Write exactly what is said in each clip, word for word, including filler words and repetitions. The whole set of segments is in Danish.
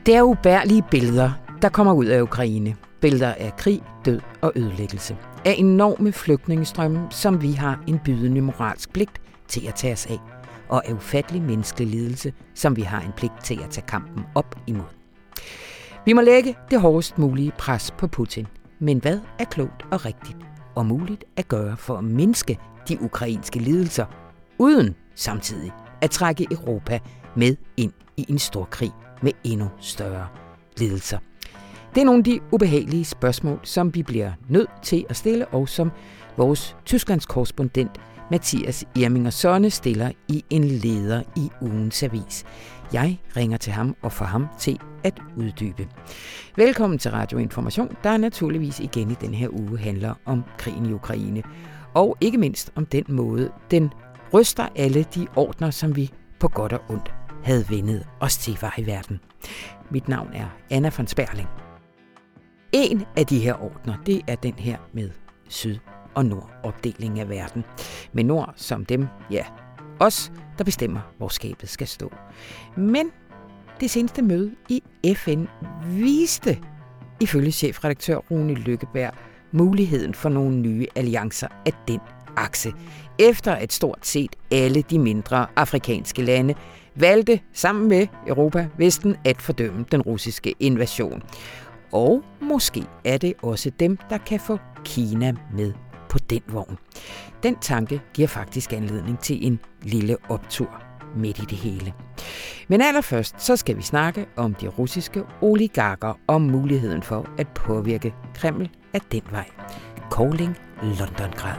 Det er ubærlige billeder, der kommer ud af Ukraine. Billeder af krig, død og ødelæggelse. Af enorme flygtningestrømme, som vi har en bydende moralsk pligt til at tage os af. Og af ufattelig menneskelig lidelse, som vi har en pligt til at tage kampen op imod. Vi må lægge det hårdest mulige pres på Putin. Men hvad er klogt og rigtigt og muligt at gøre for at mindske de ukrainske lidelser, uden samtidig at trække Europa med ind i en stor krig med endnu større lidelser? Det er nogle af de ubehagelige spørgsmål, som vi bliver nødt til at stille, og som vores Tysklands korrespondent Mathias Irminger Sonne stiller i en leder i ugens avis. Jeg ringer til ham og får ham til at uddybe. Velkommen til Radio Information, der naturligvis igen i den her uge handler om krigen i Ukraine. Og ikke mindst om den måde, den ryster alle de ordner, som vi på godt og ondt havde vendet os til var i verden. Mit navn er Anna von Sperling. En af de her ordner, det er den her med syd- og nordopdeling af verden. Med nord som dem, ja, os, der bestemmer, hvor skabet skal stå. Men det seneste møde i F N viste, ifølge chefredaktør Rune Lykkeberg, muligheden for nogle nye alliancer af den akse. Efter at stort set alle de mindre afrikanske lande valgte sammen med Europa, Vesten at fordømme den russiske invasion. Og måske er det også dem, der kan få Kina med på den vogn. Den tanke giver faktisk anledning til en lille optur midt i det hele. Men allerførst så skal vi snakke om de russiske oligarker og muligheden for at påvirke Kreml af den vej. Calling London-grad.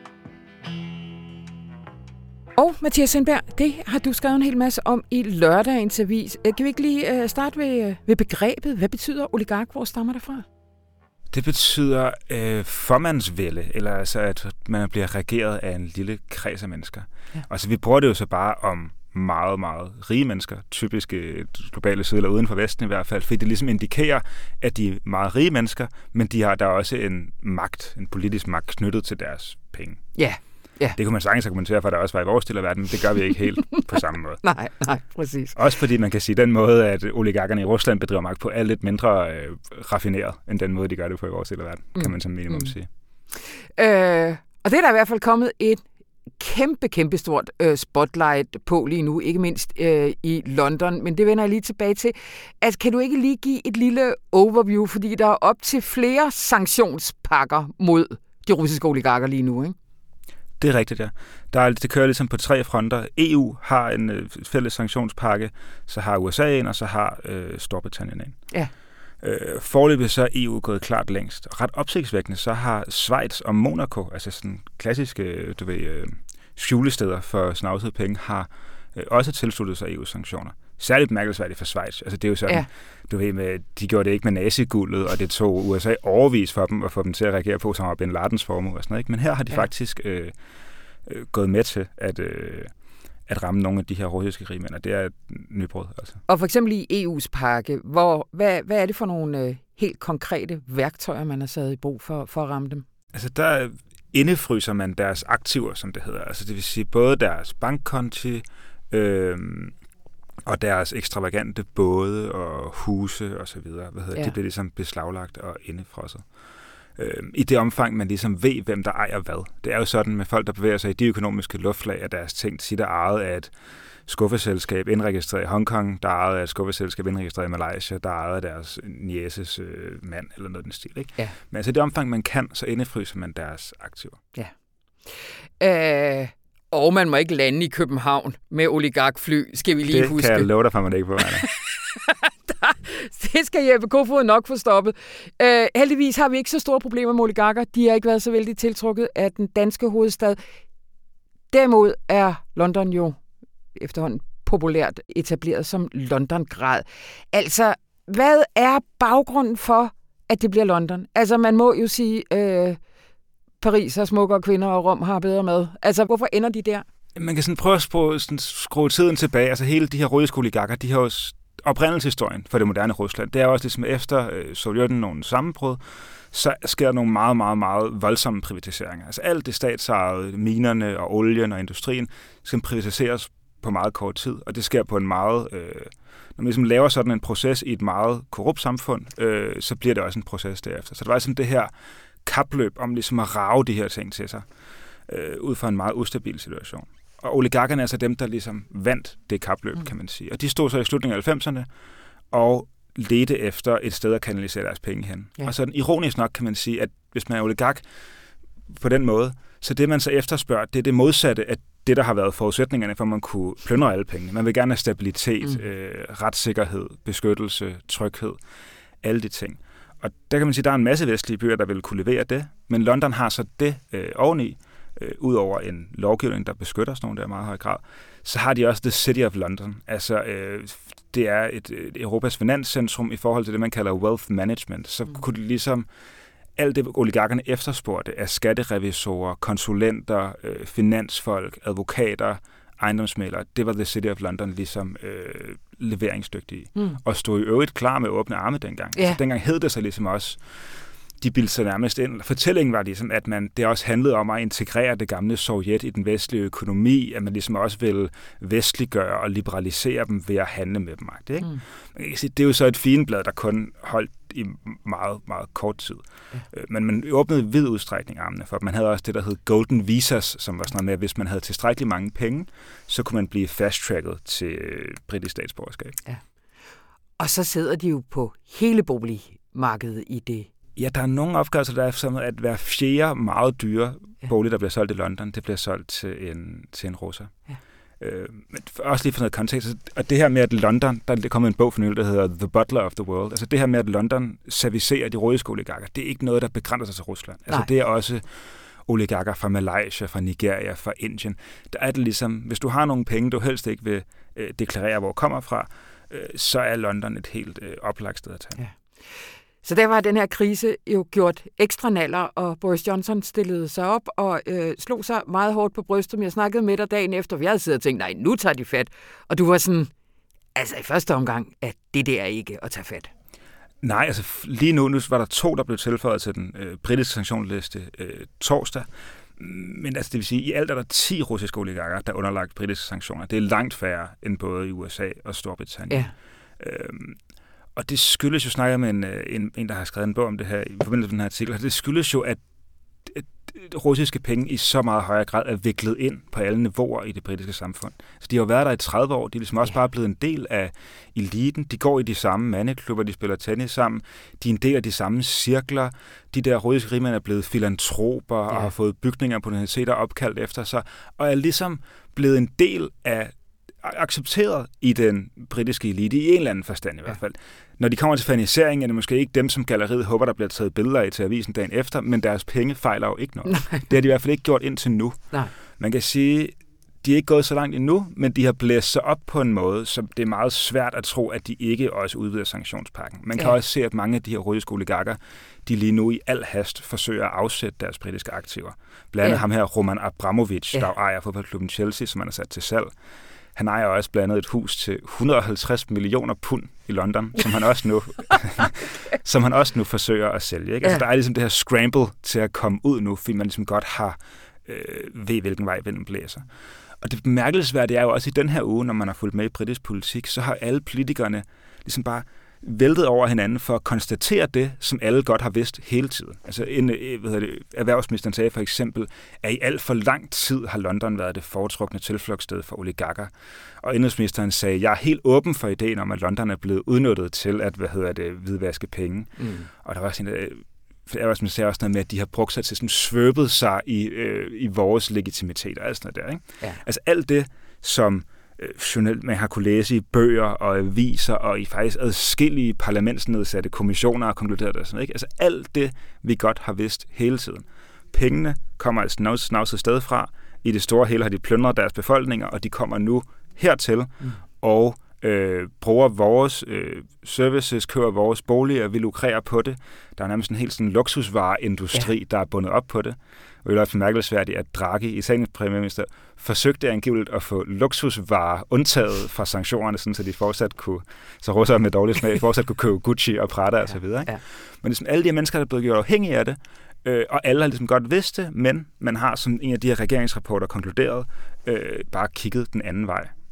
Og Mathias Sindberg, det har du skrevet en hel masse om i lørdagens avis. Kan vi ikke lige starte ved, ved begrebet? Hvad betyder oligark? Hvor stammer det fra? Det betyder øh, formandsvælde, eller altså at man bliver regeret af en lille kreds af mennesker. Ja. Altså vi bruger det jo så bare om meget, meget rige mennesker, typisk globale syd eller uden for Vesten i hvert fald, fordi det ligesom indikerer, at de er meget rige mennesker, men de har der også en magt, en politisk magt knyttet til deres penge. Ja. Ja. Det kunne man sagtens argumentere for, at der også var i vores del af verden, men det gør vi ikke helt på samme måde. nej, nej, præcis. Også fordi man kan sige, den måde, at oligarkerne i Rusland bedriver magt på, er lidt mindre øh, raffineret, end den måde, de gør det på i vores del af verden, mm. kan man som minimum mm. sige. Øh, og det er der i hvert fald kommet et kæmpe, kæmpe stort øh, spotlight på lige nu, ikke mindst øh, i London, men det vender jeg lige tilbage til. Altså, kan du ikke lige give et lille overview, fordi der er op til flere sanktionspakker mod de russiske oligarker lige nu, ikke? Det er rigtigt, ja. Der er, det kører ligesom på tre fronter. E U har en øh, fælles sanktionspakke, så har U S A en, og så har øh, Storbritannien en. Ja. Øh, foreløbig så er E U gået klart længst. Ret opsigtsvækkende, så har Schweiz og Monaco, altså sådan klassiske du ved, øh, skjulesteder for snavsede penge, har øh, også tilsluttet sig E U-sanktioner. Særligt bemærkelsesværdigt for Schweiz. Altså det er jo sådan, ja. du ved, med, de gjorde det ikke med naziguldet, og det tog U S A overvis for dem at få dem til at reagere på, som var Bin Ladens formue og sådan noget. Ikke? Men her har de ja. faktisk øh, øh, gået med til at, øh, at ramme nogle af de her russiske rigmænd, og det er et nybrud. Altså. Og for eksempel i E U's pakke, hvor, hvad, hvad er det for nogle øh, helt konkrete værktøjer, man har sat i brug for, for at ramme dem? Altså der indefryser man deres aktiver, som det hedder. Altså det vil sige både deres bankkonti, øh, og deres ekstravagante både og huse og så videre, hvad hedder ja. det, bliver ligesom beslaglagt og indefrosset. Øh, I det omfang, man ligesom ved, hvem der ejer hvad. Det er jo sådan med folk, der bevæger sig i de økonomiske luftlag af deres ting, tit er ejet af et skuffeselskab indregistreret i Hongkong, der er ejet af et skuffeselskab indregistreret i Malaysia, der er ejet af deres nieces øh, mand eller noget den stil. Ikke? Ja. Men altså i det omfang, man kan, så indefryser man deres aktiver. Ja. Øh... Og man må ikke lande i København med oligarkfly, skal vi lige det huske. Det kan jeg love dig for, man ikke på, Det skal Jeppe Kofod nok få stoppet. Uh, heldigvis har vi ikke så store problemer med oligarker. De har ikke været så vældig tiltrukket af den danske hovedstad. Derimod er London jo efterhånden populært etableret som London-grad. Altså, hvad er baggrunden for, at det bliver London? Altså, man må jo sige... Uh, Paris har smukkere kvinder, og Rom har bedre mad. Altså, hvorfor ender de der? Man kan sådan prøve at skrue, sådan, skrue tiden tilbage. Altså, hele de her russiske oligarker, de har jo oprindelseshistorien for det moderne Rusland. Det er også ligesom efter øh, Sovjetunionen nogle sammenbrud, så sker der nogle meget, meget, meget voldsomme privatiseringer. Altså alt det statsejede, minerne og olien og industrien, skal privatiseres på meget kort tid, og det sker på en meget... Øh, når man ligesom laver sådan en proces i et meget korrupt samfund, øh, så bliver det også en proces derefter. Så det var sådan det her kapløb om ligesom at rage de her ting til sig, øh, ud fra en meget ustabil situation. Og oligarkerne er så dem, der ligesom vandt det kapløb, mm. kan man sige. Og de stod så i slutningen af halvfemserne og ledte efter et sted at kanalisere deres penge hen. Ja. Og sådan ironisk nok kan man sige, at hvis man er oligark på den måde, så det man så efterspørger, det er det modsatte af det, der har været forudsætningerne for, at man kunne plyndre alle pengene. Man vil gerne have stabilitet, mm. øh, retssikkerhed, beskyttelse, tryghed, alle de ting. Og der kan man sige, at der er en masse vestlige byer, der vil kunne levere det, men London har så det øh, oveni, øh, ud over en lovgivning, der beskytter sådan nogle der i meget høj grad, så har de også The City of London. Altså, øh, det er et, et Europas finanscentrum i forhold til det, man kalder wealth management. Så mm. kunne det ligesom alt det, oligarkerne efterspurgte af skatterevisorer, konsulenter, øh, finansfolk, advokater, ejendomsmælere, det var The City of London ligesom øh, leveringsdygtige. Mm. Og stod i øvrigt klar med åbne arme dengang. Yeah. Så dengang hed det sig ligesom også, de bildte sig nærmest ind. Fortællingen var ligesom, at man, det også handlede om at integrere det gamle Sovjet i den vestlige økonomi, at man ligesom også ville vestliggøre og liberalisere dem ved at handle med dem. Ikke? Mm. Det er jo så et figenblad, der kun holdt i meget, meget kort tid. Ja. Men man åbnede vid udstrækning armene for. Man havde også det, der hed Golden Visas, som var sådan noget med, at hvis man havde tilstrækkeligt mange penge, så kunne man blive fast-tracket til britisk statsborgerskab. Ja. Og så sidder de jo på hele boligmarkedet i det. Ja, der er nogle opgørelser, der er som at hver fjerde meget dyre ja. bolig, der bliver solgt i London, det bliver solgt til en, til en russer. Ja. Øh, men også lige for noget kontekst, og det her med, at London, der er kommet en bog for nylig, der hedder The Butler of the World, altså det her med, at London servicerer de rådiske oligarker, det er ikke noget, der begrænser sig til Rusland. Altså Nej. det er også oligarker fra Malaysia, fra Nigeria, fra Indien. Der er det ligesom, hvis du har nogle penge, du helst ikke vil øh, deklarere, hvor kommer fra, øh, så er London et helt øh, oplagt sted at tage. Ja. Så der var den her krise jo gjort ekstra naller, og Boris Johnson stillede sig op og øh, slog sig meget hårdt på brystet. Men jeg snakkede med dig dagen efter, vi havde siddet og tænkt, nej, nu tager de fat. Og du var sådan, altså i første omgang, at det der ikke at tage fat. Nej, altså lige nu, nu var der to, der blev tilføjet til den øh, britiske sanktionsliste øh, torsdag. Men altså det vil sige, i alt er der ti russiske oligarker, der er underlagt britiske sanktioner. Det er langt færre end både i U S A og Storbritannien. Ja. Øhm, Og det skyldes jo, snakker med en, en, en, der har skrevet en bog om det her, i forbindelse med den her artikel, det skyldes jo, at, at russiske penge i så meget højere grad er viklet ind på alle niveauer i det britiske samfund. Så de har jo været der i tredive år, de er ligesom også bare blevet en del af eliten, de går i de samme mandeklubber, de spiller tennis sammen, de er en del af de samme cirkler, de der russiske rigmænd er blevet filantroper ja. og har fået bygninger på universiteter opkaldt efter sig, og er ligesom blevet en del af accepteret i den britiske elite, i en eller anden forstand i hvert fald. Ja. Når de kommer til finansiering, er det måske ikke dem, som galleriet håber, der bliver taget billeder af til avisen dagen efter, men deres penge fejler jo ikke noget. Nej. Det har de i hvert fald ikke gjort indtil nu. Nej. Man kan sige, de er ikke gået så langt endnu, men de har blæst sig op på en måde, så det er meget svært at tro, at de ikke også udvider sanktionspakken. Man kan ja. også se, at mange af de her russiske oligarker, de lige nu i al hast forsøger at afsætte deres britiske aktiver. Blandt andet ja. ham her, Roman Abramovich, ja. der ejer fodboldklubben Chelsea, som man har sat til salg. Han ejer også blandt andet et hus til et hundrede og halvtreds millioner pund i London, som han også nu, som han også nu forsøger at sælge. Ikke? Altså, ja. Der er ligesom det her scramble til at komme ud nu, fordi man ligesom godt har øh, ved, hvilken vej vinden blæser. Og det bemærkelsesværdige er jo også i den her uge, når man har fulgt med i britisk politik, så har alle politikerne ligesom bare væltet over hinanden for at konstatere det, som alle godt har vidst hele tiden. Altså en, hvad hedder det, erhvervsministeren sagde for eksempel, at i alt for lang tid har London været det foretrukne tilflugtssted for oligarker. Og indrigsministeren sagde, jeg er helt åben for ideen om, at London er blevet udnyttet til at, hvad hedder det, hvidvaske penge. Mm. Og der var sådan erhvervsministeren sagde også noget med, at de har brugt sig til sådan svøbet sig i, øh, i vores legitimitet og alt sådan noget der. Ikke? Ja. Altså alt det, som journal, man har kunne læse i bøger og aviser og i faktisk adskillige parlamentsnedsatte kommissioner og konkluderet det sådan, ikke? Altså alt det, vi godt har vidst hele tiden. Pengene kommer et snavset sted fra. I det store hele har de plyndret deres befolkninger, og de kommer nu hertil mm. og øh, bruger vores øh, services, køber vores boliger, vi lukrerer på det. Der er nærmest en helt sådan luksusvareindustri, ja. der er bundet op på det. Og det er også bemærkelsesværdigt, at Draghi, Italiens premierminister, forsøgte angiveligt at få luksusvarer undtaget fra sanktionerne, sådan, så de fortsat kunne, så russere med dårlig smag, fortsat kunne købe Gucci og Prada ja. og så videre. Ikke? Ja. Men ligesom alle de her mennesker, der er blevet gjort afhængige af det, øh, og alle har ligesom godt vidst det, men man har, som en af de her regeringsrapporter konkluderet, øh, bare kigget den anden vej.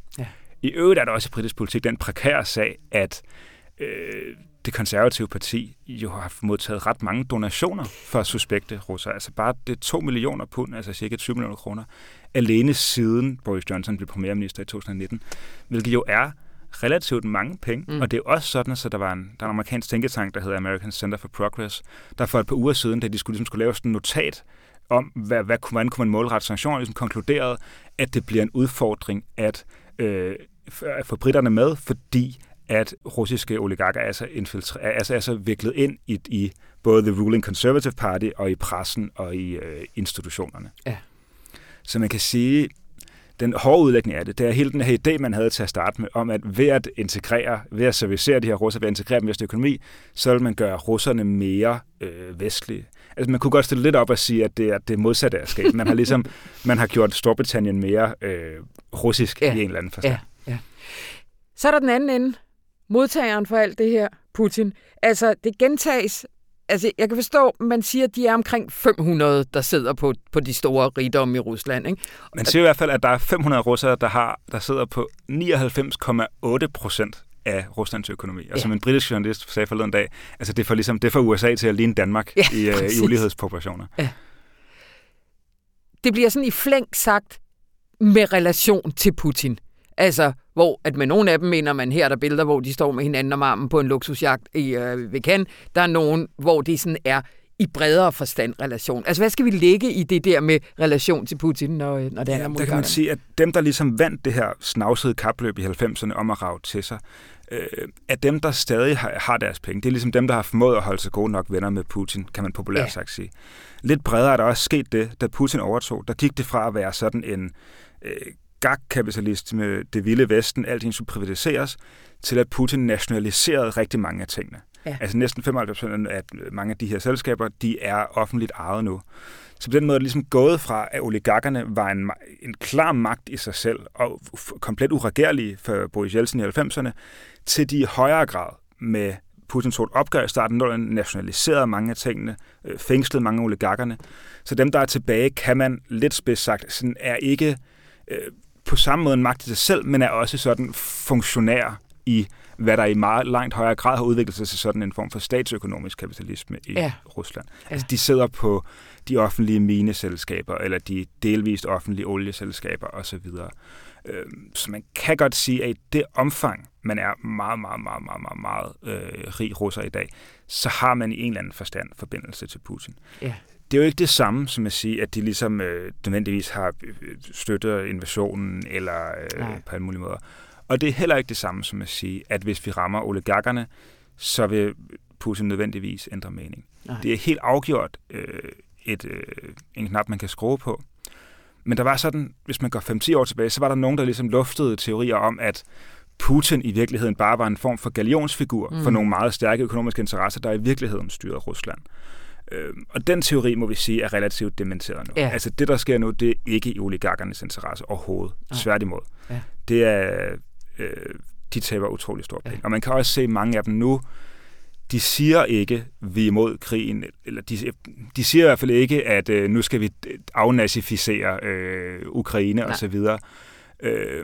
Ja. I øvrigt er der også i britisk politik den prekære sag, at øh, det konservative parti jo har modtaget ret mange donationer for suspekte russere. Altså bare det er to millioner pund, altså cirka tyve millioner kroner, alene siden Boris Johnson blev premierminister i to tusind nitten, hvilket jo er relativt mange penge. Mm. Og det er jo også sådan, så der var en, der er en amerikansk tænketank, der hedder American Center for Progress, der for et par uger siden, da de skulle, ligesom skulle lave sådan en notat om, hvad, hvad, hvordan kunne man målrette sanktioner, ligesom konkluderede, at det bliver en udfordring at, øh, at få britterne med, fordi at russiske oligarker er så, infiltre- er, så, er så viklet ind i, i både the ruling Conservative Party og i pressen og i øh, institutionerne. Ja. Så man kan sige, den hårde udlægning af det, det er hele den her idé, man havde til at starte med, om at ved at integrere, ved at servicere de her russer, ved at integrere dem i vestlig økonomi, så vil man gøre russerne mere øh, vestlige. Altså man kunne godt stille lidt op og sige, at det er det modsatte af skab. Man har ligesom, man har gjort Storbritannien mere øh, russisk ja. i en eller anden forstand. Ja. Ja. Så er der den anden ende. Modtageren for alt det her, Putin. Altså, det gentages. Altså, jeg kan forstå, man siger, at de er omkring fem hundrede, der sidder på, på de store rigdomme i Rusland, ikke? Man siger i hvert fald, at der er fem hundrede russere, der, har, der sidder på nioghalvfems komma otte procent af Ruslands økonomi. Og ja. Som en britisk journalist sagde forleden dag, altså det får, ligesom, det får U S A til at ligne Danmark ja, i, uh, i ulighedsproportioner. Ja. Det bliver sådan i flæng sagt med relation til Putin. Altså, hvor at med nogle af dem mener man, her er der billeder, hvor de står med hinanden om armen på en luksusjagt i øh, ved Cannes. Der er nogen, hvor det sådan er i bredere forstand relation. Altså, hvad skal vi lægge i det der med relation til Putin, når, når det ja, handler om der kan man sige, at dem, der ligesom vandt det her snavsede kapløb i halvfemserne om at rage til sig, øh, er dem, der stadig har, har deres penge. Det er ligesom dem, der har formået at holde sig gode nok venner med Putin, kan man populært ja. sagt sige. Lidt bredere er der også sket det, da Putin overtog. Der gik det fra at være sådan en øh, gag-kapitalisme, det vilde vesten, alting skulle privatiseres, til at Putin nationaliserede rigtig mange af tingene. Ja. Altså næsten femoghalvfems procent af mange af de her selskaber, de er offentligt ejet nu. Så på den måde er det ligesom gået fra, at oligarkerne var en, en klar magt i sig selv, og komplet uregerlige for Boris Jeltsin i halvfemserne, til de i højere grad med Putin tog et opgør i starten, når han nationaliserede mange af tingene, fængslede mange af oligarkerne. Så dem, der er tilbage, kan man lidt spids sagt, sådan er ikke øh, på samme måde en magt i sig selv, men er også sådan funktionær i, hvad der i meget langt højere grad har udviklet sig til sådan en form for statsøkonomisk kapitalisme i ja. Rusland. Ja. Altså, de sidder på de offentlige mineselskaber, eller de delvist offentlige olieselskaber osv. Så man kan godt sige, at i det omfang, man er meget, meget, meget, meget, meget, meget øh, rig russer i dag, så har man i en eller anden forstand forbindelse til Putin. Ja. Det er jo ikke det samme som at sige, at de ligesom øh, nødvendigvis har støttet invasionen, eller øh, på alle mulige måder. Og det er heller ikke det samme som at sige, at hvis vi rammer oligarkerne, så vil Putin nødvendigvis ændre mening. Nej. Det er helt afgjort øh, et, øh, en knap, man kan skrue på. Men der var sådan, hvis man går fem til ti år tilbage, så var der nogen, der ligesom luftede teorier om, at Putin i virkeligheden bare var en form for galionsfigur mm. for nogle meget stærke økonomiske interesser, der i virkeligheden styrede Rusland. Øh, og den teori, må vi sige, er relativt dementeret nu. Ja. Altså det, der sker nu, det er ikke i oligarkernes interesse overhovedet. Ja. Tværtimod. Ja. Det er... Øh, de taber utrolig stort penge. Ja. Og man kan også se mange af dem nu, de siger ikke, vi er imod krigen, eller de, de siger i hvert fald ikke, at øh, nu skal vi afnazificere øh, Ukraine og så videre. Øh,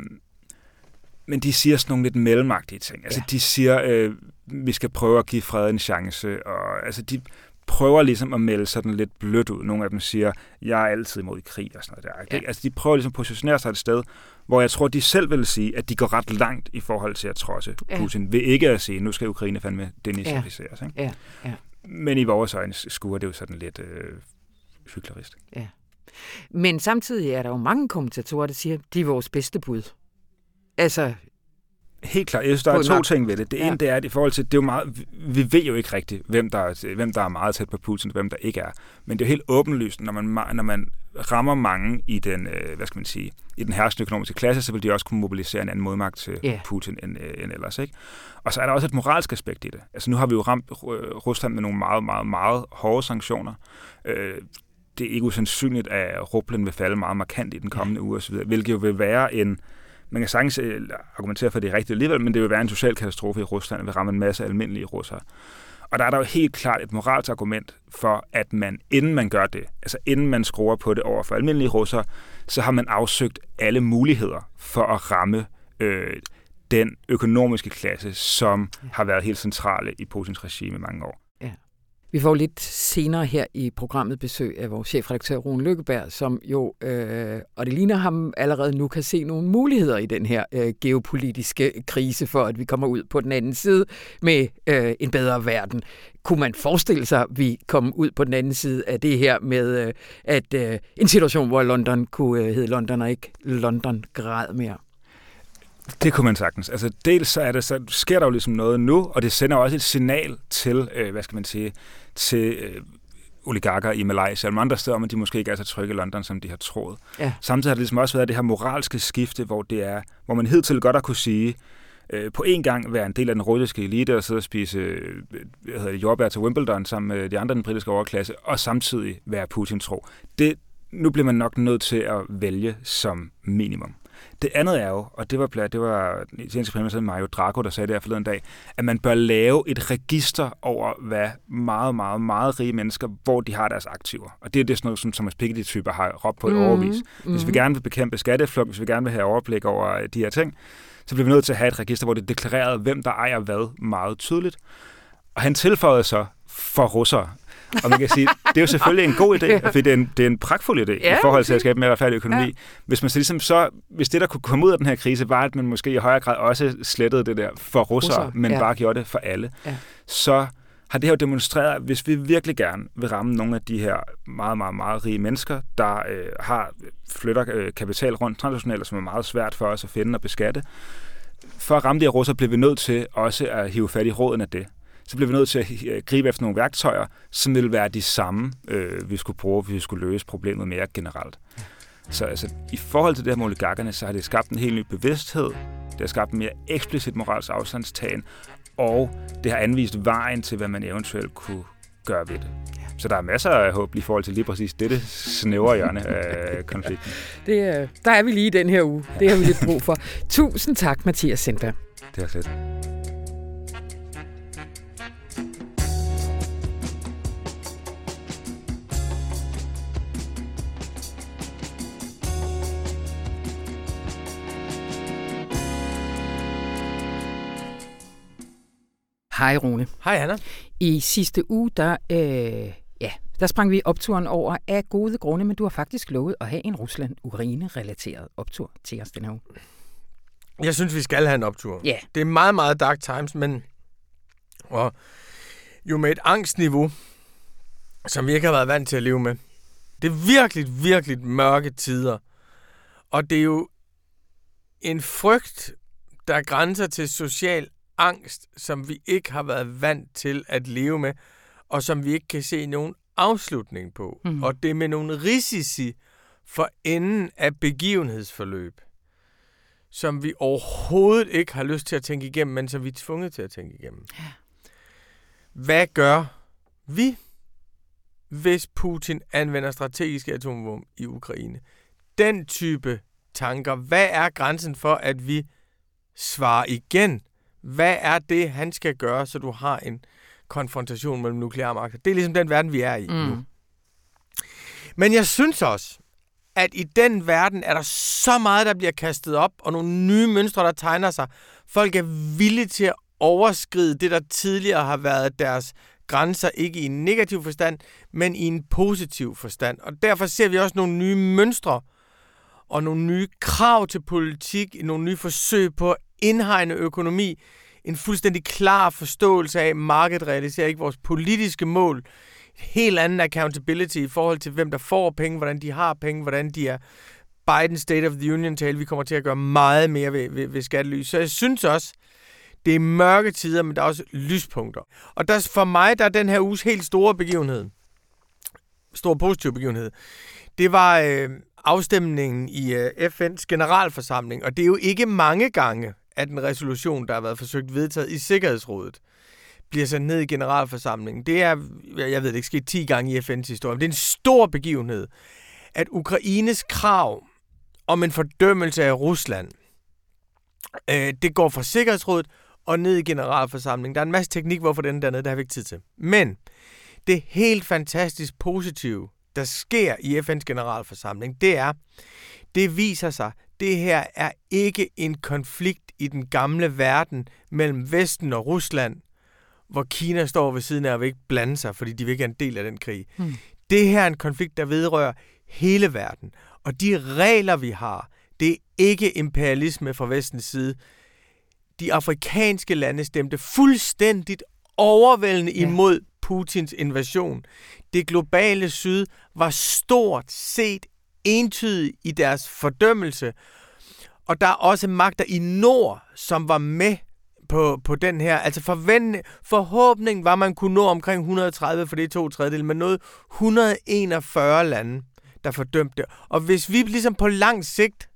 men de siger sådan nogle lidt mellemagtige ting. Altså ja. de siger, øh, vi skal prøve at give fred en chance, og altså de prøver ligesom at melde sådan lidt blødt ud. Nogle af dem siger, jeg er altid imod krig og sådan noget der. Ja. Altså de prøver ligesom at positionere sig et sted, hvor jeg tror, de selv vil sige, at de går ret langt i forhold til at trodse ja. Putin, ved ikke at sige, nu skal Ukraine fandme denazificeres. Ja. Ja. Ja. Men i vores øjne skuer det jo sådan lidt øh, hyklerisk. Ja. Men samtidig er der jo mange kommentatorer, der siger, de er vores bedste bud. Altså... Helt klart. Jeg synes, der er to ting ved det. Det ja. ene, det er, at i forhold til, det er jo meget, vi ved jo ikke rigtigt, hvem der, er, hvem der er meget tæt på Putin, og hvem der ikke er. Men det er jo helt åbenlyst, når man, når man rammer mange i den, hvad skal man sige, i den herskende økonomiske klasse, så vil de også kunne mobilisere en anden modmagt til yeah. Putin end, end ellers, ikke? Og så er der også et moralsk aspekt i det. Altså nu har vi jo ramt Rusland med nogle meget, meget, meget hårde sanktioner. Det er ikke usandsynligt, at rublen vil falde meget markant i den kommende yeah. uge osv., hvilket jo vil være en... Man kan sagtens argumentere for, at det er rigtigt alligevel, men det vil være en social katastrofe i Rusland, og vil ramme en masse almindelige russere. Og der er der jo helt klart et moralsk argument for, at man, inden man gør det, altså inden man skruer på det over for almindelige russere, så har man afsøgt alle muligheder for at ramme øh, den økonomiske klasse, som har været helt centrale i Putins regime i mange år. Ja. Vi får lidt senere her i programmet besøg af vores chefredaktør Rune Lykkeberg, som jo, øh, og det ligner ham allerede nu, kan se nogle muligheder i den her øh, geopolitiske krise, for at vi kommer ud på den anden side med øh, en bedre verden. Kunne man forestille sig, at vi kommer ud på den anden side af det her med øh, at øh, en situation, hvor London kunne øh, hedde London og ikke London-grad mere? Det kunne man sagtens. Altså dels så, er det, så sker der jo ligesom noget nu, og det sender også et signal til, øh, hvad skal man sige, til øh, oligarker i Malaysia og andre steder, men de måske ikke er så trygge i London, som de har troet. Ja. Samtidig har det ligesom også været det her moralske skifte, hvor det er, hvor man hidtil godt har kunne sige, øh, på en gang være en del af den russiske elite og sidde og spise øh, hvad hedder det, jordbær til Wimbledon sammen med de andre den britiske overklasse, og samtidig være Putin-tro. Det, nu bliver man nok nødt til at vælge som minimum. Det andet er jo, og det var, det var italienske premierminister Mario Draghi, der sagde det her forleden dag, at man bør lave et register over, hvad meget, meget, meget rige mennesker, hvor de har deres aktiver. Og det er det sådan noget, som Thomas Piketty-typer har råbt på i mm, overvis. Hvis mm. vi gerne vil bekæmpe skatteflugt, hvis vi gerne vil have overblik over de her ting, så bliver vi nødt til at have et register, hvor det er deklareret, hvem der ejer hvad meget tydeligt. Og han tilføjede så for russere. Og man kan sige, det er jo selvfølgelig en god idé, for det er en, det er en pragtfuld idé ja, i forhold til at skabe mere retfærdig økonomi. Ja. Hvis man så ligesom så, hvis det der kunne komme ud af den her krise, var at man måske i højere grad også slettede det der for russere, Russer, men ja. bare gjorde det for alle, ja. så har det her jo demonstreret, at hvis vi virkelig gerne vil ramme nogle af de her meget, meget, meget rige mennesker, der øh, har flytter øh, kapital rundt transnationalt, som er meget svært for os at finde og beskatte, for at ramme de her russere, bliver vi nødt til også at hive fat i råden af det. Så bliver vi nødt til at gribe efter nogle værktøjer, som vil være de samme, øh, vi skulle bruge, hvis vi skulle løse problemet mere generelt. Så altså, i forhold til det her med oligarkerne, så har det skabt en helt ny bevidsthed, det har skabt en mere eksplicit moralsk afstandstagen, og det har anvist vejen til, hvad man eventuelt kunne gøre ved det. Så der er masser af håb i forhold til lige præcis dette snævre hjørne af konflikten. Det, der er vi lige i den her uge. Det har vi lidt brug for. Tusind tak, Mathias Sindberg. Det har slet. Hej Rune. Hej Anna. I sidste uge, der, øh, ja, der sprang vi opturen over af gode grunde, men du har faktisk lovet at have en Rusland-Ukraine-relateret optur til os den her uge. Jeg synes, vi skal have en optur. Ja. Det er meget, meget dark times, men og jo med et angstniveau, som vi ikke har været vant til at leve med. Det er virkelig, virkelig mørke tider. Og det er jo en frygt, der grænser til social angst, som vi ikke har været vant til at leve med, og som vi ikke kan se nogen afslutning på. Mm. Og det er med nogle risici for enden af begivenhedsforløb, som vi overhovedet ikke har lyst til at tænke igennem, men som vi er tvunget til at tænke igennem. Ja. Hvad gør vi, hvis Putin anvender strategiske atomvåben i Ukraine? Den type tanker. Hvad er grænsen for, at vi svarer igen? Hvad er det, han skal gøre, så du har en konfrontation mellem nukleare magter? Det er ligesom den verden, vi er i mm. nu. Men jeg synes også, at i den verden er der så meget, der bliver kastet op, og nogle nye mønstre, der tegner sig. Folk er villige til at overskride det, der tidligere har været deres grænser, ikke i en negativ forstand, men i en positiv forstand. Og derfor ser vi også nogle nye mønstre, og nogle nye krav til politik, nogle nye forsøg på at indhegne økonomi, en fuldstændig klar forståelse af, at markedet realiserer ikke vores politiske mål, en helt anden accountability i forhold til, hvem der får penge, hvordan de har penge, hvordan de er. Biden State of the Union-tale, vi kommer til at gøre meget mere ved, ved, ved skattelys. Så jeg synes også, det er mørke tider, men der er også lyspunkter. Og der, for mig, der er den her uges helt store begivenhed, stor positiv begivenhed, det var øh, afstemningen i øh, F N's generalforsamling, og det er jo ikke mange gange, at en resolution, der har været forsøgt vedtaget i Sikkerhedsrådet, bliver sendt ned i generalforsamlingen. Det er, jeg ved det ikke, sket ti gange i F N's historie, men det er en stor begivenhed, at Ukraines krav om en fordømmelse af Rusland, øh, det går fra Sikkerhedsrådet og ned i generalforsamlingen. Der er en masse teknik, hvorfor den dernede, der har vi ikke tid til. Men det helt fantastisk positive, der sker i F N's generalforsamling, det er, det viser sig, det her er ikke en konflikt i den gamle verden mellem Vesten og Rusland, hvor Kina står ved siden af og vil ikke blande sig, fordi de vil ikke være en del af den krig. Hmm. Det her er en konflikt, der vedrører hele verden. Og de regler, vi har, det er ikke imperialisme fra Vestens side. De afrikanske lande stemte fuldstændigt overvældende ja. imod Putins invasion. Det globale syd var stort set entydigt i deres fordømmelse. Og der er også magter i nord, som var med på, på den her. Altså forventning, forhåbning var, at man kunne nå omkring et hundrede og tredive, for det er to tredjedel, men noget et hundrede og enogfyrre lande, der fordømte det. Og hvis vi ligesom på lang sigt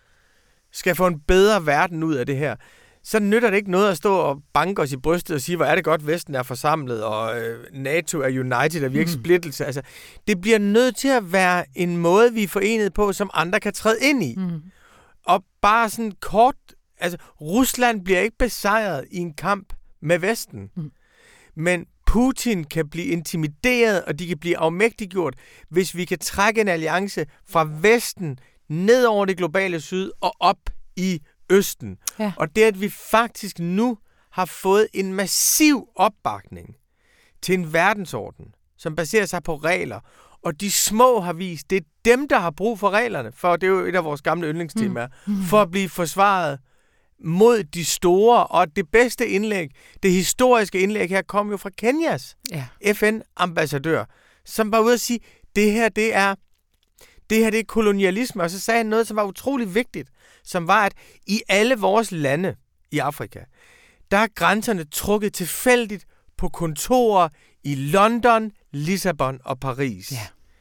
skal få en bedre verden ud af det her, så nytter det ikke noget at stå og banke os i brystet og sige, hvor er det godt, Vesten er forsamlet, og øh, NATO er united, og vi er ikke splittelse. Altså, det bliver nødt til at være en måde, vi er forenet på, som andre kan træde ind i. Mm. Og bare sådan kort, altså Rusland bliver ikke besejret i en kamp med Vesten. Mm. Men Putin kan blive intimideret, og de kan blive afmægtiggjort, hvis vi kan trække en alliance fra Vesten ned over det globale syd og op i Østen. Ja. Og det, at vi faktisk nu har fået en massiv opbakning til en verdensorden, som baserer sig på regler, og de små har vist, det er dem, der har brug for reglerne, for det er jo et af vores gamle yndlingstemaer, mm. Mm. for at blive forsvaret mod de store, og det bedste indlæg, det historiske indlæg her, kom jo fra Kenyas ja. F N-ambassadør, som var ude at sige, det her, det er det her, det er kolonialisme, og så sagde han noget, som var utrolig vigtigt, som var, at i alle vores lande i Afrika, der er grænserne trukket tilfældigt på kontorer i London, Lissabon og Paris. Ja.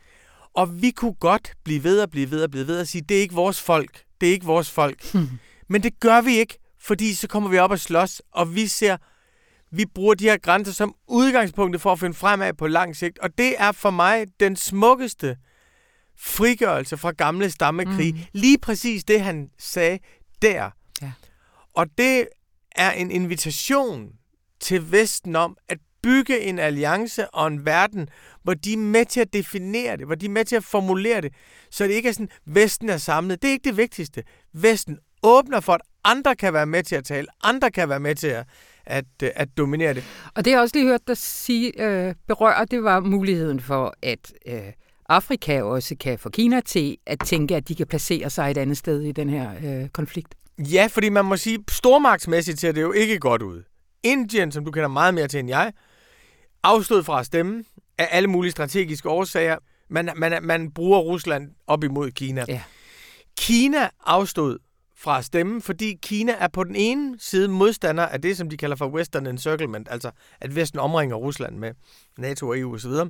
Og vi kunne godt blive ved og blive ved og blive ved og sige, det er ikke vores folk, det er ikke vores folk. Hmm. Men det gør vi ikke, fordi så kommer vi op og slås, og vi ser, vi bruger de her grænser som udgangspunktet for at finde fremad på lang sigt, og det er for mig den smukkeste frigørelse fra gamle stammekrig. Mm. Lige præcis det, han sagde der. Ja. Og det er en invitation til Vesten om at bygge en alliance og en verden, hvor de er med til at definere det, hvor de er med til at formulere det, så det ikke er sådan, Vesten er samlet. Det er ikke det vigtigste. Vesten åbner for, at andre kan være med til at tale, andre kan være med til at, at, at dominere det. Og det jeg også lige hørt dig sige, øh, berøre, det var muligheden for, at øh, Afrika også kan få Kina til at tænke, at de kan placere sig et andet sted i den her øh, konflikt. Ja, fordi man må sige, stormagtsmæssigt ser det jo ikke godt ud. Indien, som du kender meget mere til end jeg, afstod fra at stemme af alle mulige strategiske årsager. Man, man, man bruger Rusland op imod Kina. Ja. Kina afstod fra at stemme, fordi Kina er på den ene side modstander af det, som de kalder for Western Encirclement, altså at Vesten omringer Rusland med NATO og E U osv.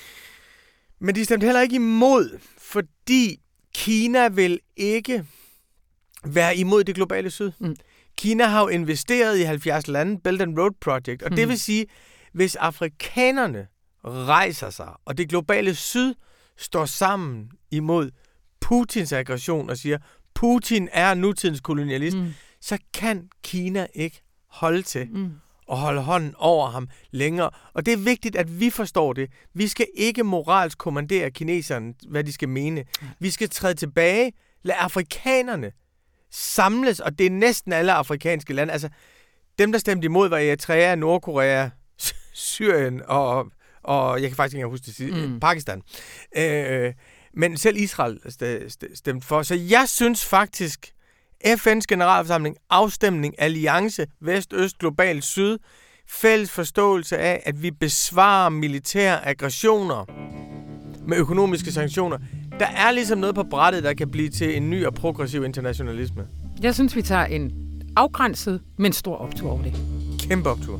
Men de stemte heller ikke imod, fordi Kina vil ikke være imod det globale syd. Mm. Kina har jo investeret i halvfjerds lande, Belt and Road Project, og mm. det vil sige, hvis afrikanerne rejser sig, og det globale syd står sammen imod Putins aggression og siger, Putin er nutidens kolonialist, mm. så kan Kina ikke holde til mm. og holde hånden over ham længere. Og det er vigtigt, at vi forstår det. Vi skal ikke moralsk kommandere kineserne, hvad de skal mene. Mm. Vi skal træde tilbage, lad afrikanerne samles, og det er næsten alle afrikanske lande. Altså, dem, der stemte imod, var Eritrea, Nordkorea, Syrien og, og jeg kan faktisk ikke huske det, mm. Pakistan. Øh, men selv Israel stemte for. Så jeg synes faktisk, F N's generalforsamling, afstemning, alliance, vest, øst, global, syd, fælles forståelse af, at vi besvarer militære aggressioner med økonomiske sanktioner. Der er ligesom noget på brættet, der kan blive til en ny og progressiv internationalisme. Jeg synes, vi tager en afgrænset, men stor optur over det. Kæmpe optur.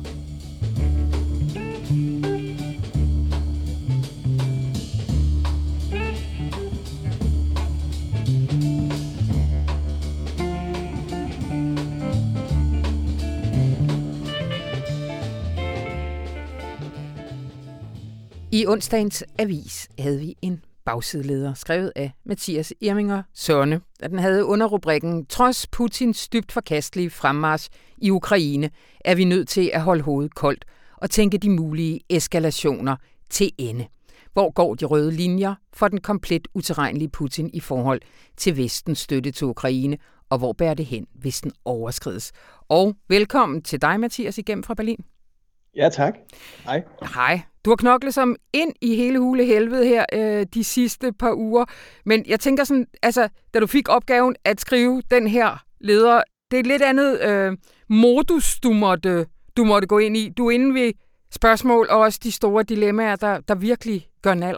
I onsdagens avis havde vi en bagsideleder, skrevet af Mathias Irminger Sørne. Den havde under rubrikken, trods Putins dybt forkastelige fremmarch i Ukraine, er vi nødt til at holde hovedet koldt og tænke de mulige eskalationer til ende. Hvor går de røde linjer for den komplet utilregnelige Putin i forhold til Vestens støtte til Ukraine, og hvor bærer det hen, hvis den overskrides? Og velkommen til dig, Mathias, igennem fra Berlin. Ja, tak. Hej. Hej. Du har knoklet som ind i hele hule helvede her øh, de sidste par uger. Men jeg tænker sådan, altså, da du fik opgaven at skrive den her leder, det er et lidt andet øh, modus, du måtte, du måtte gå ind i. Du er inde ved spørgsmål og også de store dilemmaer, der, der virkelig gør naller.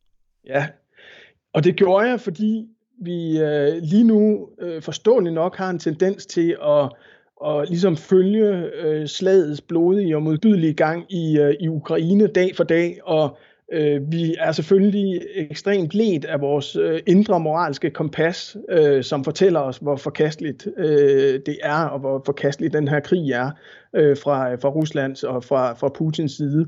Ja, og det gjorde jeg, fordi vi øh, lige nu øh, forståeligt nok har en tendens til at og ligesom følge øh, slagets blodige og modbydelige gang i, øh, i Ukraine dag for dag, og øh, vi er selvfølgelig ekstremt ledt af vores øh, indre moralske kompas, øh, som fortæller os, hvor forkasteligt øh, det er, og hvor forkastelig den her krig er øh, fra, fra Ruslands og fra, fra Putins side.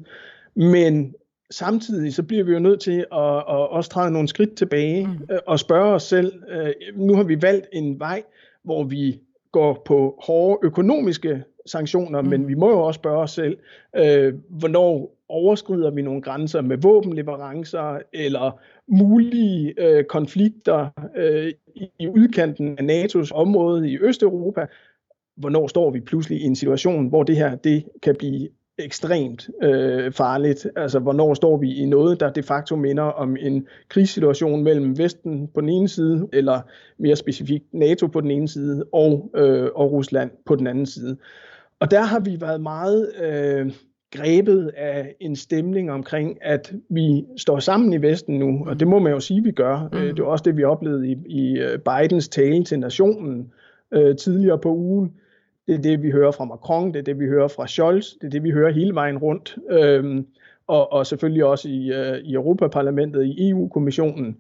Men samtidig så bliver vi jo nødt til at, at også træde nogle skridt tilbage mm. øh, og spørge os selv, øh, nu har vi valgt en vej, hvor vi går på hårde økonomiske sanktioner, mm. men vi må jo også spørge os selv, øh, hvornår overskrider vi nogle grænser med våbenleverancer eller mulige øh, konflikter øh, i, i udkanten af N A T O's område i Østeuropa. Hvornår står vi pludselig i en situation, hvor det her det kan blive ekstremt øh, farligt. Altså, hvornår står vi i noget, der de facto minder om en krigssituation mellem Vesten på den ene side, eller mere specifikt NATO på den ene side, og, øh, og Rusland på den anden side. Og der har vi været meget øh, grebet af en stemning omkring, at vi står sammen i Vesten nu, og det må man jo sige, vi gør. Mm. Det var også det, vi oplevede i, i Bidens tale til nationen øh, tidligere på ugen. Det er det, vi hører fra Macron, det er det, vi hører fra Scholz, det er det, vi hører hele vejen rundt, øhm, og, og selvfølgelig også i, øh, i Europaparlamentet, i E U-kommissionen.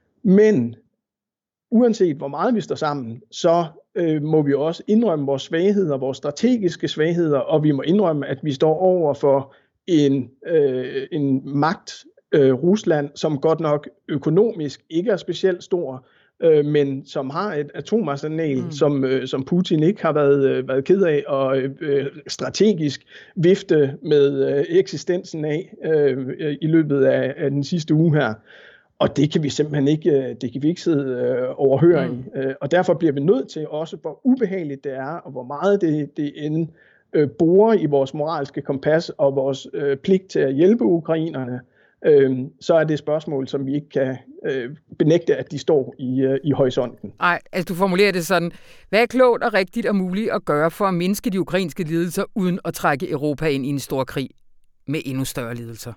Men uanset hvor meget vi står sammen, så øh, må vi også indrømme vores svagheder, vores strategiske svagheder, og vi må indrømme, at vi står over for en, øh, en magt, øh, Rusland, som godt nok økonomisk ikke er specielt stor, men som har et atomarsenal, mm. som, øh, som Putin ikke har været, øh, været ked af og øh, strategisk vifte med øh, eksistensen af øh, i løbet af, af den sidste uge her. Og det kan vi simpelthen ikke, det kan vi ikke sidde øh, overhøring. Mm. Øh, og derfor bliver vi nødt til også, hvor ubehageligt det er, og hvor meget det, det end øh, borer i vores moralske kompas og vores øh, pligt til at hjælpe ukrainerne, Øhm, så er det et spørgsmål, som vi ikke kan øh, benægte, at de står i, øh, i horisonten. Nej, altså du formulerer det sådan. Hvad er klogt og rigtigt og muligt at gøre for at mindske de ukrainske lidelser, uden at trække Europa ind i en stor krig med endnu større lidelser?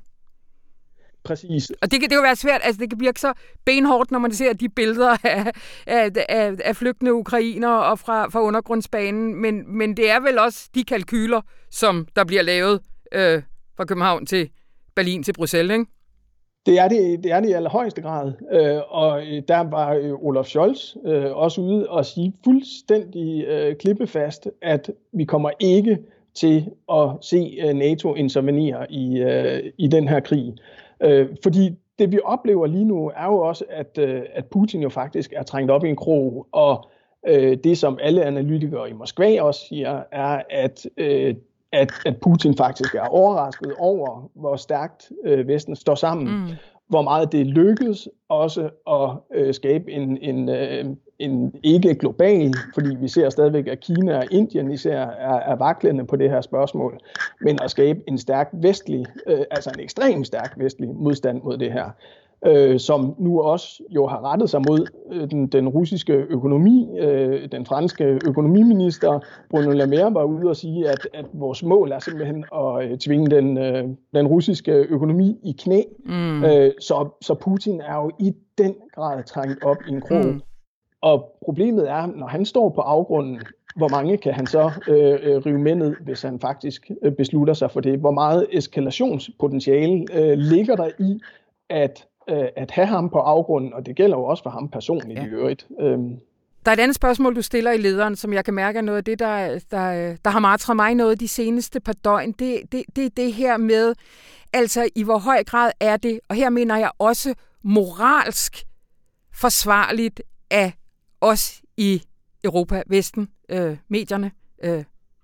Præcis. Og det kan, det kan jo være svært, altså det kan virke så benhårdt, når man ser de billeder af, af, af, af flygtende ukrainere og fra, fra undergrundsbanen, men, men det er vel også de kalkyler, som der bliver lavet øh, fra København til Berlin til Bruxelles, ikke? Det er det, det er det i allerhøjeste grad, øh, og der var øh, Olaf Scholz øh, også ude og sige fuldstændig øh, klippefast, at vi kommer ikke til at se øh, NATO intervenere i, øh, i den her krig. Øh, fordi det vi oplever lige nu er jo også, at, øh, at Putin jo faktisk er trængt op i en krog, og øh, det som alle analytikere i Moskva også siger, er, at øh, At, at Putin faktisk er overrasket over, hvor stærkt øh, Vesten står sammen, mm. hvor meget det lykkedes også at øh, skabe en, en, øh, en ikke global, fordi vi ser stadigvæk, at Kina og Indien især er, er vaklende på det her spørgsmål, men at skabe en stærk vestlig, øh, altså en ekstremt stærk vestlig modstand mod det her. Øh, som nu også jo har rettet sig mod øh, den, den russiske økonomi. Øh, den franske økonomiminister Bruno Le Maire var ude og sige, at, at vores mål er simpelthen at øh, tvinge den, øh, den russiske økonomi i knæ. Mm. Øh, så, så Putin er jo i den grad trængt op i en krog. Mm. Og problemet er, når han står på afgrunden, hvor mange kan han så øh, rive med ned, hvis han faktisk øh, beslutter sig for det? Hvor meget eskalationspotentiale øh, ligger der i, at at have ham på afgrunden, og det gælder jo også for ham personligt ja. i øvrigt. Øhm. Der er et andet spørgsmål, du stiller i lederen, som jeg kan mærke er noget af det, der, der, der har martret mig noget de seneste par døgn. Det, det, det er det her med, altså i hvor høj grad er det, og her mener jeg også moralsk forsvarligt af os i Europa, Vesten, øh, medierne, øh,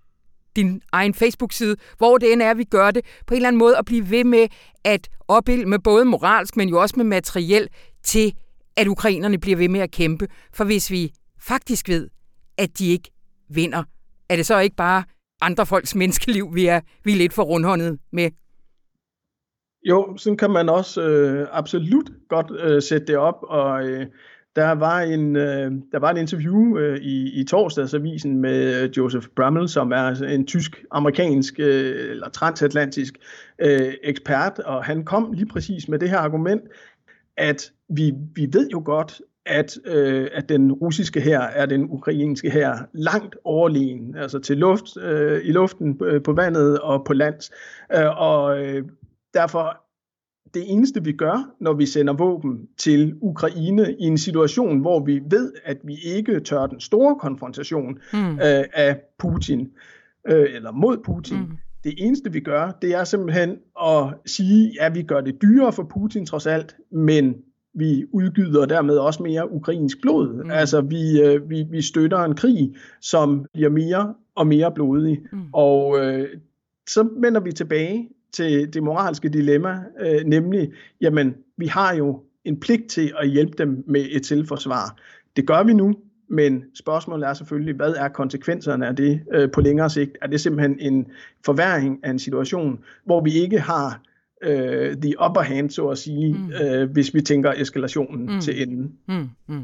din egen Facebook-side, hvor det end er, vi gør det, på en eller anden måde at blive ved med at opbilde med både moralsk, men jo også med materiel til, at ukrainerne bliver ved med at kæmpe. For hvis vi faktisk ved, at de ikke vinder, er det så ikke bare andre folks menneskeliv, vi er, vi er lidt for rundhåndet med? Jo, sådan kan man også øh, absolut godt øh, sætte det op, og øh, der var en øh, der var et interview øh, i, i torsdagsavisen med Joseph Brummel, som er en tysk-amerikansk øh, eller transatlantisk øh, ekspert, og han kom lige præcis med det her argument, at vi, vi ved jo godt, at, øh, at den russiske hær er den ukrainske hær langt overlegen, altså til luft, øh, i luften, øh, på vandet og på lands, øh, og øh, derfor det eneste, vi gør, når vi sender våben til Ukraine i en situation, hvor vi ved, at vi ikke tør den store konfrontation mm. øh, af Putin, øh, eller mod Putin. Mm. Det eneste, vi gør, det er simpelthen at sige, at ja, vi gør det dyrere for Putin trods alt, men vi udgyder dermed også mere ukrainsk blod. Mm. Altså, vi, øh, vi, vi støtter en krig, som bliver mere og mere blodig. Mm. Og øh, så vender vi tilbage til det moralske dilemma, øh, nemlig, jamen, vi har jo en pligt til at hjælpe dem med et selvforsvar. Det gør vi nu, men spørgsmålet er selvfølgelig, hvad er konsekvenserne af det øh, på længere sigt? Er det simpelthen en forværring af en situation, hvor vi ikke har øh, the upper hand, så at sige, mm. øh, hvis vi tænker eskalationen mm. til enden? Mm. Mm.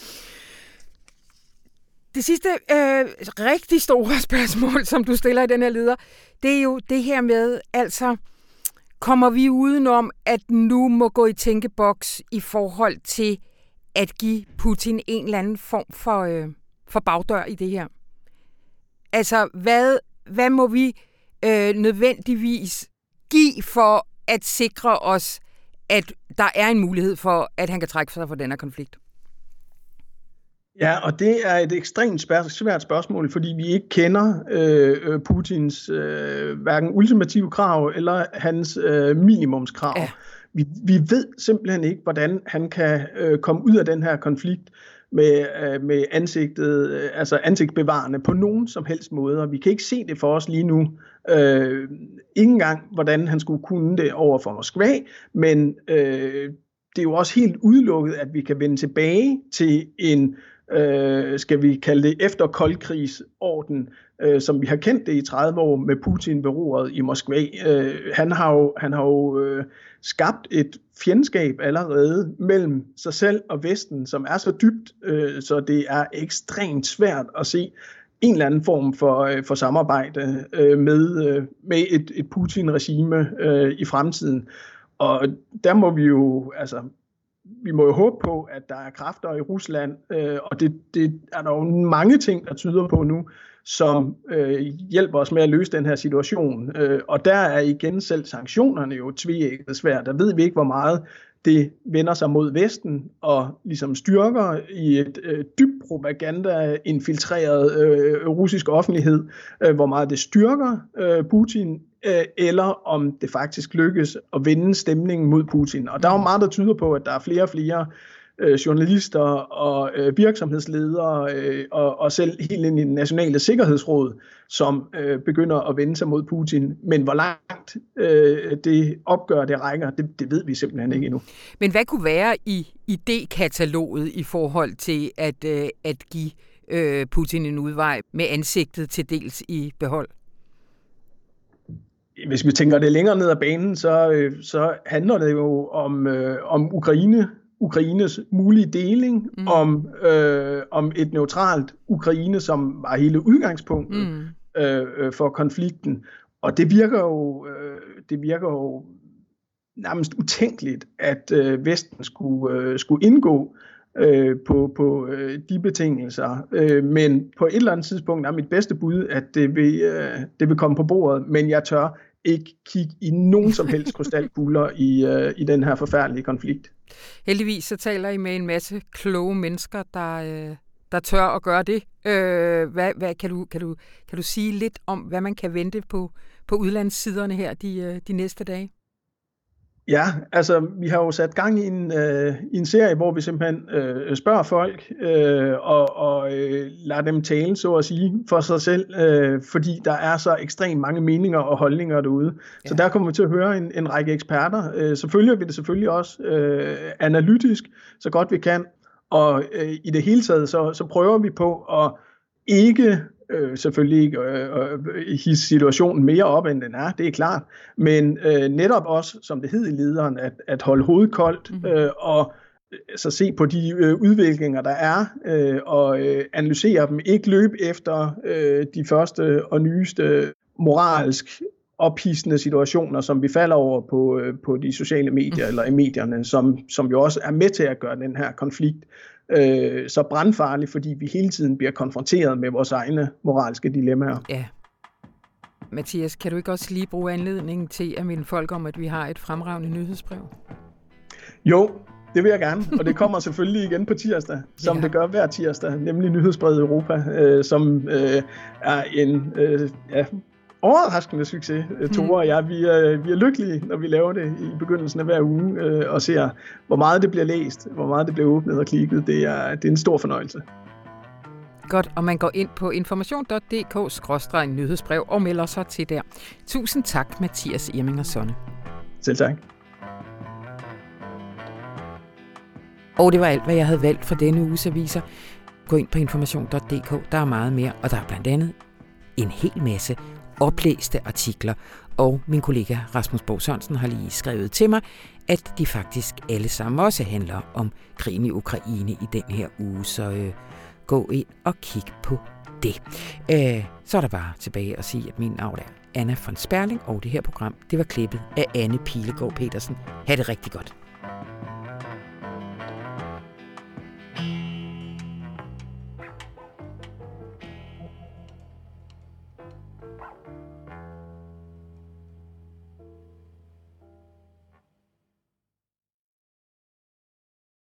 Det sidste øh, rigtig store spørgsmål, som du stiller i den her leder, det er jo det her med, altså, kommer vi udenom, at nu må gå i tænkeboks i forhold til at give Putin en eller anden form for, øh, for bagdør i det her? Altså, hvad, hvad må vi øh, nødvendigvis give for at sikre os, at der er en mulighed for, at han kan trække sig fra den her konflikt? Ja, og det er et ekstremt svært spørgsmål, fordi vi ikke kender øh, Putins øh, hverken ultimative krav eller hans øh, minimumskrav. Ja. Vi, vi ved simpelthen ikke, hvordan han kan øh, komme ud af den her konflikt med, øh, med ansigtet, øh, altså ansigtsbevarende på nogen som helst måder. Vi kan ikke se det for os lige nu. Øh, ikke engang, hvordan han skulle kunne det over for Moskva, men øh, det er jo også helt udelukket, at vi kan vende tilbage til en Øh, skal vi kalde det efter koldkrigsorden, øh, som vi har kendt det i tredive år med Putin ved roret i Moskva. Øh, han har jo, han har jo øh, skabt et fjendskab allerede mellem sig selv og Vesten, som er så dybt, øh, så det er ekstremt svært at se en eller anden form for, øh, for samarbejde øh, med, øh, med et, et Putin-regime øh, i fremtiden. Og der må vi jo, altså vi må jo håbe på, at der er kræfter i Rusland, øh, og det, det er der jo mange ting, der tyder på nu, som øh, hjælper os med at løse den her situation. Øh, og der er igen selv sanktionerne jo tveægget svært. Der ved vi ikke, hvor meget det vender sig mod Vesten og ligesom styrker i et øh, dybt propaganda-infiltreret øh, russisk offentlighed, øh, hvor meget det styrker øh, Putin, øh, eller om det faktisk lykkes at vende stemningen mod Putin. Og der er jo meget, der tyder på, at der er flere og flere øh, journalister og øh, virksomhedsledere øh, og, og selv helt ind i den nationale sikkerhedsråd, som øh, begynder at vende sig mod Putin. Men hvor langt øh, det opgør, det rækker, det, det ved vi simpelthen ikke endnu. Men hvad kunne være i idékataloget i forhold til at, øh, at give øh, Putin en udvej med ansigtet til dels i behold? Hvis vi tænker det længere ned ad banen, så, øh, så handler det jo om, øh, om Ukraine, Ukraines mulige deling, mm. om, øh, om et neutralt Ukraine, som var hele udgangspunktet mm. øh, for konflikten. Og det virker jo, øh, det virker jo nærmest utænkeligt, at øh, Vesten skulle, øh, skulle indgå øh, på, på øh, de betingelser. Øh, men på et eller andet tidspunkt er mit bedste bud, at det vil, øh, det vil komme på bordet, men jeg tør ikke kigge i nogen som helst krystalkugler i, øh, i den her forfærdelige konflikt. Heldigvis så taler I med en masse kloge mennesker, der, øh, der tør at gøre det. Øh, hvad, hvad, kan, du, kan, du, kan du sige lidt om, hvad man kan vente på, på udlandssiderne her de, de næste dage? Ja, altså vi har jo sat gang i en, øh, i en serie, hvor vi simpelthen øh, spørger folk øh, og, og øh, lader dem tale, så at sige, for sig selv, øh, fordi der er så ekstremt mange meninger og holdninger derude. Ja. Så der kommer vi til at høre en, en række eksperter. Øh, så følger vi det selvfølgelig også øh, analytisk, så godt vi kan, og øh, i det hele taget, så, så prøver vi på at ikke... Øh, selvfølgelig ikke øh, øh, hisse situationen mere op, end den er, det er klart, men øh, netop også, som det hed i lederen, at, at holde hovedet koldt øh, og så se på de øh, udviklinger, der er, øh, og øh, analysere dem, ikke løbe efter øh, de første og nyeste moralsk ophidsende situationer, som vi falder over på, øh, på de sociale medier, eller i medierne, som, som jo også er med til at gøre den her konflikt Øh, så brandfarlig, fordi vi hele tiden bliver konfronteret med vores egne moralske dilemmaer. Ja. Mathias, kan du ikke også lige bruge anledningen til at minde folk om, at vi har et fremragende nyhedsbrev? Jo, det vil jeg gerne, og det kommer selvfølgelig igen på tirsdag, som ja. det gør hver tirsdag, nemlig Nyhedsbrevet Europa, øh, som øh, er en øh, ja, overraskende succes. Tore og jeg, vi er, vi er lykkelige, når vi laver det i begyndelsen af hver uge, øh, og ser, hvor meget det bliver læst, hvor meget det bliver åbnet og klikket. Det er, det er en stor fornøjelse. Godt, og man går ind på information punktum d k skråstreg nyhedsbrev og melder sig til der. Tusind tak, Mathias Irminger Sonne. Selv tak. Og det var alt, hvad jeg havde valgt for denne uges aviser. Gå ind på information punktum d k, der er meget mere, og der er blandt andet en hel masse oplæste artikler, og min kollega Rasmus Bo Sørensen har lige skrevet til mig, at de faktisk alle sammen også handler om krigen i Ukraine i den her uge, så øh, gå ind og kig på det. Øh, så er der bare tilbage at sige, at min navn er Anna von Sperling, og det her program, det var klippet af Anne Pilegaard Petersen. Ha' det rigtig godt.